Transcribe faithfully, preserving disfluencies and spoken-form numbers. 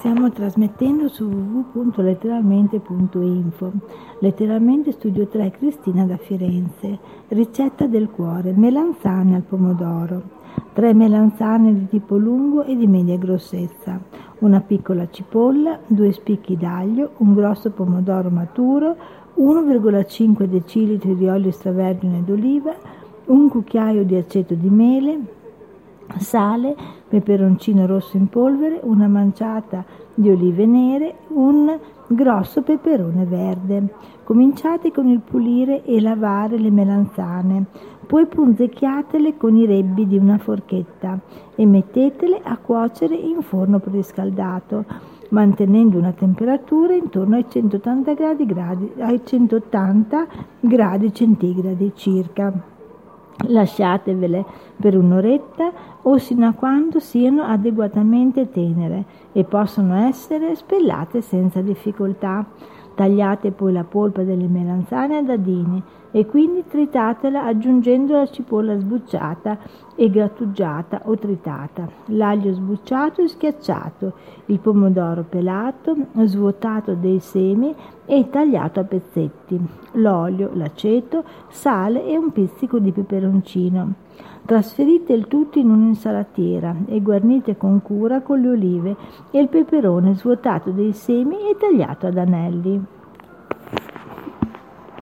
Stiamo trasmettendo su w w w punto letteralmente punto info. Letteralmente Studio tre, Cristina da Firenze. Ricetta del cuore: melanzane al pomodoro. Tre melanzane di tipo lungo e di media grossezza, una piccola cipolla, due spicchi d'aglio, un grosso pomodoro maturo, uno virgola cinque decilitri di olio extravergine d'oliva, un cucchiaio di aceto di mele, sale, peperoncino rosso in polvere, una manciata di olive nere, un grosso peperone verde. Cominciate con il pulire e lavare le melanzane, poi punzecchiatele con i rebbi di una forchetta e mettetele a cuocere in forno preriscaldato, mantenendo una temperatura intorno ai centottanta gradi, gradi, ai centottanta gradi centigradi circa. Lasciatevele per un'oretta o sino a quando siano adeguatamente tenere e possono essere spellate senza difficoltà. Tagliate poi la polpa delle melanzane a dadini e quindi tritatela aggiungendo la cipolla sbucciata e grattugiata o tritata, l'aglio sbucciato e schiacciato, il pomodoro pelato, svuotato dei semi e tagliato a pezzetti, l'olio, l'aceto, sale e un pizzico di peperoncino. Trasferite il tutto in un'insalatiera e guarnite con cura con le olive e il peperone svuotato dei semi e tagliato ad anelli.